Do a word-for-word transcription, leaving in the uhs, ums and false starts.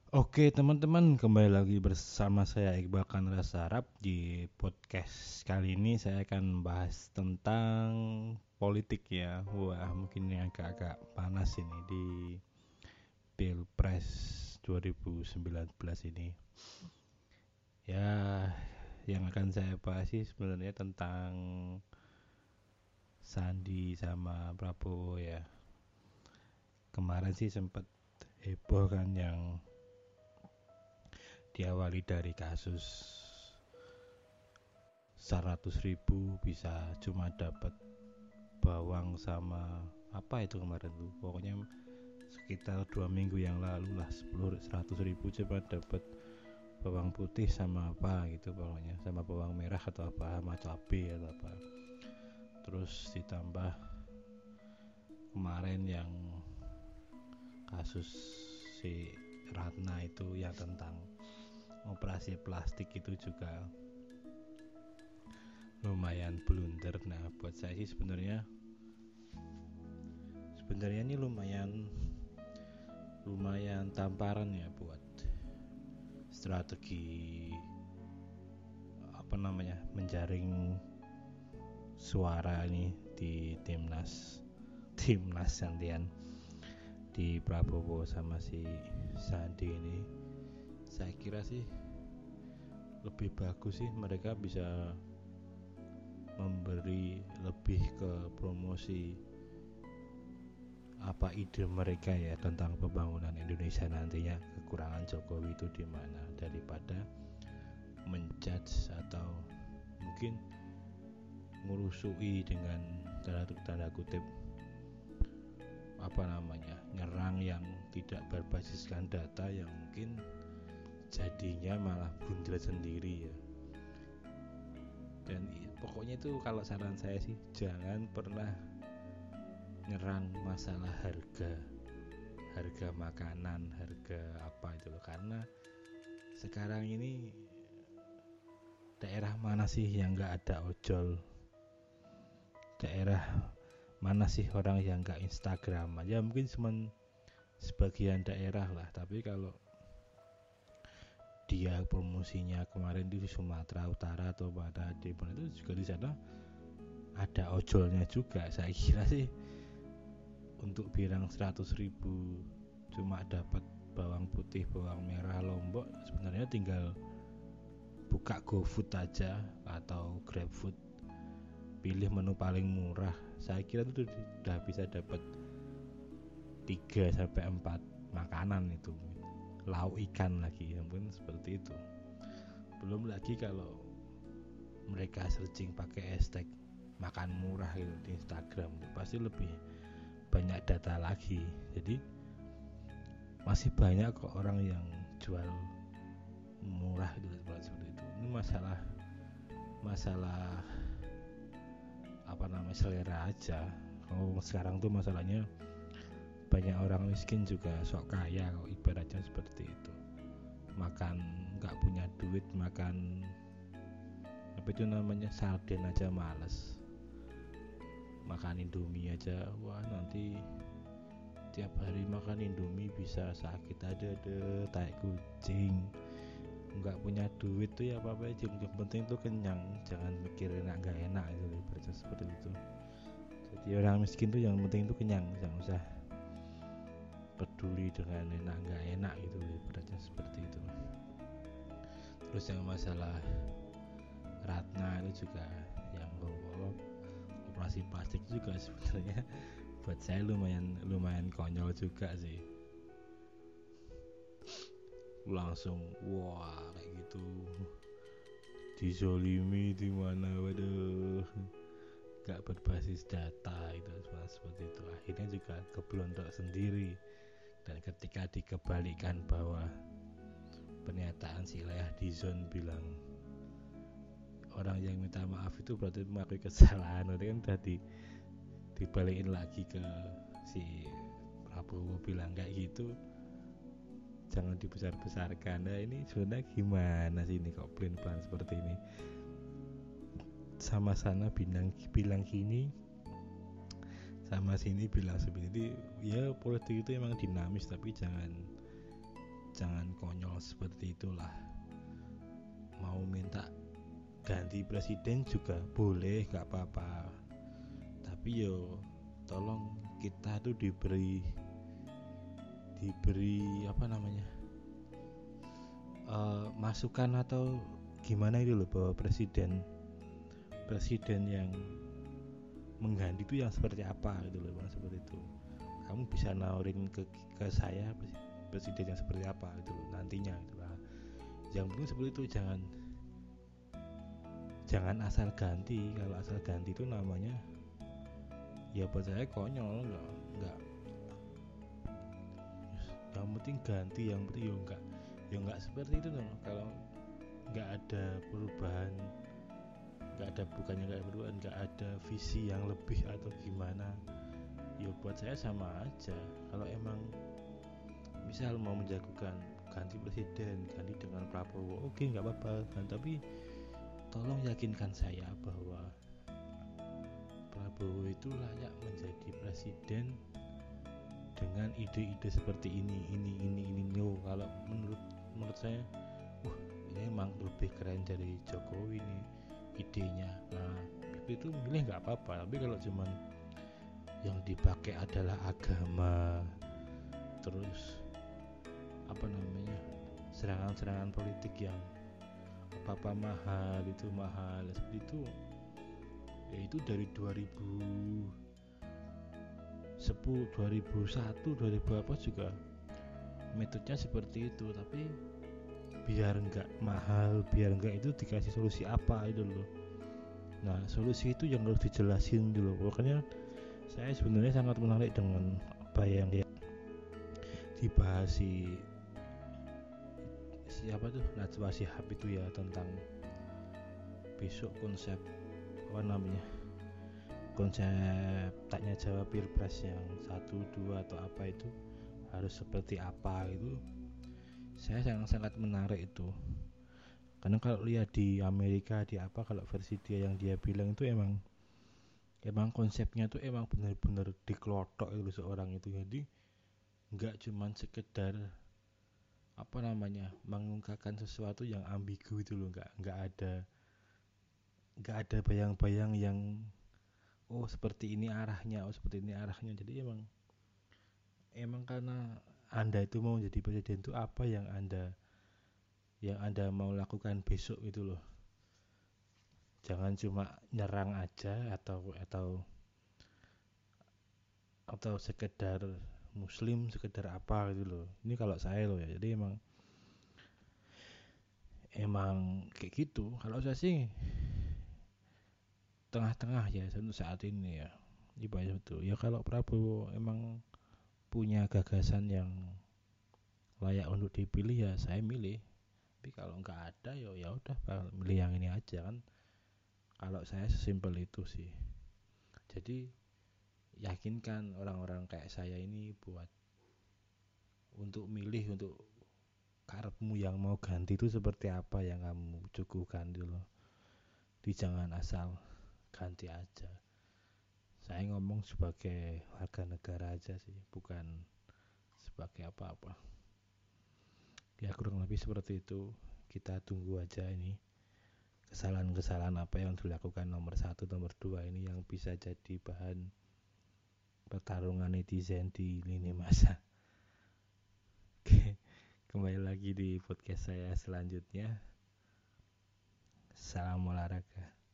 Oke teman-teman, kembali lagi bersama saya Iqbal Kanra Sarap. Di podcast kali ini saya akan bahas tentang politik ya. Wah, mungkin ini agak-agak panas ini di Pilpres dua ribu sembilan belas ini. Ya, yang akan saya bahas sih sebenarnya tentang Sandi sama Prabowo ya. Kemarin sih sempat heboh kan, yang diawali dari kasus seratus ribu bisa cuma dapat bawang sama apa itu kemarin tuh, pokoknya sekitar dua minggu yang lalu lah, sepuluh seratus ribu cuma dapat bawang putih sama apa gitu, pokoknya sama bawang merah atau apa sama cabai atau apa. Terus ditambah kemarin yang kasus si Ratna itu yang tentang operasi plastik itu juga lumayan blunder. Nah buat saya sih sebenarnya sebenarnya ini lumayan lumayan tamparan ya buat strategi apa namanya menjaring suara ini di timnas timnas gantian di Prabowo sama si Sandi ini. Saya kira sih lebih bagus sih mereka bisa memberi lebih ke promosi apa ide mereka ya tentang pembangunan Indonesia nantinya, kekurangan Jokowi itu di mana, daripada menjudge atau mungkin ngurusui dengan tanda, tanda kutip apa namanya nyerang yang tidak berbasiskan data, yang mungkin jadinya malah blunder sendiri ya. Dan pokoknya itu kalau saran saya sih jangan pernah nyerang masalah harga harga makanan, harga apa itu loh, karena sekarang ini daerah mana sih yang nggak ada ojol, daerah mana sih orang yang nggak Instagram aja, mungkin cuma sebagian daerah lah. Tapi kalau dia promosinya kemarin di Sumatera Utara atau pada di mana itu juga, di sana ada ojolnya juga. Saya kira sih untuk bilang seratus ribu cuma dapat bawang putih, bawang merah Lombok, sebenarnya tinggal buka GoFood aja atau GrabFood, pilih menu paling murah. Saya kira itu udah bisa dapat tiga sampai empat makanan itu, lauk ikan lagi, mungkin seperti itu. Belum lagi kalau mereka searching pakai hashtag makan murah gitu di Instagram, pasti lebih banyak data lagi. Jadi masih banyak kok orang yang jual murah gitu seperti itu. Ini masalah masalah apa namanya selera aja. Kalau sekarang tuh masalahnya banyak orang miskin juga sok kaya, kalau ibaratnya seperti itu. Makan nggak punya duit, makan apa itu namanya sarden aja males, makan Indomie aja, wah nanti tiap hari makan Indomie bisa sakit aja deh, tai kucing. Nggak punya duit tuh ya apa-apa aja, yang penting tuh kenyang, jangan mikir enak nggak enak itu, ibaratnya seperti itu. Jadi orang miskin tuh yang penting tuh kenyang, jangan usah peduli dengan enak nggak enak gitu, ibaratnya seperti itu. Terus yang masalah Ratna itu juga, yang oh, operasi plastik juga sebenarnya buat saya lumayan lumayan konyol juga sih. Langsung wah kayak gitu, dizolimi di mana, waduh, gak berbasis data itu seperti itu. Akhirnya juga keblondok sendiri. Dan ketika dikebalikan bahwa pernyataan si Leah Dizon bilang orang yang minta maaf itu berarti mengakui kesalahan, itu kan udah di, dibalikin lagi ke si Prabowo bilang kayak gitu, jangan dibesar-besarkan. Nah ini sebenarnya gimana sih ini kok plan-plan seperti ini, sama sana bilang bilang gini, sama sini bilang seperti itu. Ya politik itu emang dinamis, tapi jangan jangan konyol seperti itulah. Mau minta ganti presiden juga boleh, gak apa-apa, tapi yo tolong kita tuh diberi diberi apa namanya uh, masukan atau gimana itu loh, bahwa presiden presiden yang mengganti itu yang seperti apa gitu loh, bang, seperti itu. Kamu bisa nawarin ke ke saya presiden yang seperti apa gitu loh nantinya gitu lah. Yang penting seperti itu, jangan jangan asal ganti. Kalau asal ganti itu namanya ya buat saya konyol, nggak nggak yang penting ganti, yang penting ya enggak ya enggak seperti itu loh. Kalau nggak ada perubahan, nggak ada bukannya nggak ada perubahan, nggak ada visi yang lebih atau gimana, ya buat saya sama aja. Kalau emang misal mau menjagokan ganti presiden, ganti dengan Prabowo, oke nggak apa-apa kan, tapi tolong yakinkan saya bahwa Prabowo itu layak menjadi presiden dengan ide-ide seperti ini, ini, ini, ini. No, kalau menurut menurut saya, wah ini emang lebih keren dari Jokowi nih idenya. Nah, itu milih nggak apa-apa. Tapi kalau cuman yang dipakai adalah agama, terus apa namanya serangan-serangan politik yang apa-apa mahal, itu mahal seperti itu, ya itu dari dua ribu sepuluh, dua ribu satu, dua ribu apa juga metodenya seperti itu. Tapi biar enggak mahal, biar enggak itu dikasih solusi apa itu loh. Nah solusi itu yang harus dijelasin dulu. Pokoknya saya sebenarnya sangat menarik dengan apa yang dibahas si siapa tuh Najwa Shihab itu ya, tentang besok konsep apa namanya konsep tanya jawab pilpres yang satu dua atau apa itu harus seperti apa itu. Saya sangat-sangat menarik itu, karena kalau lihat di Amerika di apa, kalau versi dia yang dia bilang itu emang emang konsepnya tuh emang benar-benar dikelotok itu seorang itu. Jadi nggak cuman sekedar apa namanya mengungkapkan sesuatu yang ambigu itu loh, nggak nggak ada nggak ada bayang-bayang yang oh seperti ini arahnya, oh seperti ini arahnya. Jadi emang emang karena Anda itu mau jadi presiden itu apa yang Anda yang Anda mau lakukan besok itu loh. Jangan cuma nyerang aja atau atau atau sekedar muslim, sekedar apa gitu loh. Ini kalau saya loh ya. Jadi emang emang kayak gitu. Kalau saya sih tengah-tengah ya untuk saat ini ya. Ibarat itu. Ya kalau Prabowo emang punya gagasan yang layak untuk dipilih ya saya milih. Tapi kalau nggak ada ya ya udah milih yang ini aja kan. Kalau saya sesimpel itu sih. Jadi yakinkan orang-orang kayak saya ini buat untuk milih untuk karepmu yang mau ganti itu seperti apa yang kamu cukukan dulu. Di jangan asal ganti aja. Saya ngomong sebagai warga negara aja sih, bukan sebagai apa-apa. Ya kurang lebih seperti itu. Kita tunggu aja ini kesalahan-kesalahan apa yang dilakukan nomor satu, nomor dua ini yang bisa jadi bahan pertarungan netizen di lini masa. Oke, kembali lagi di podcast saya selanjutnya. Salam olahraga.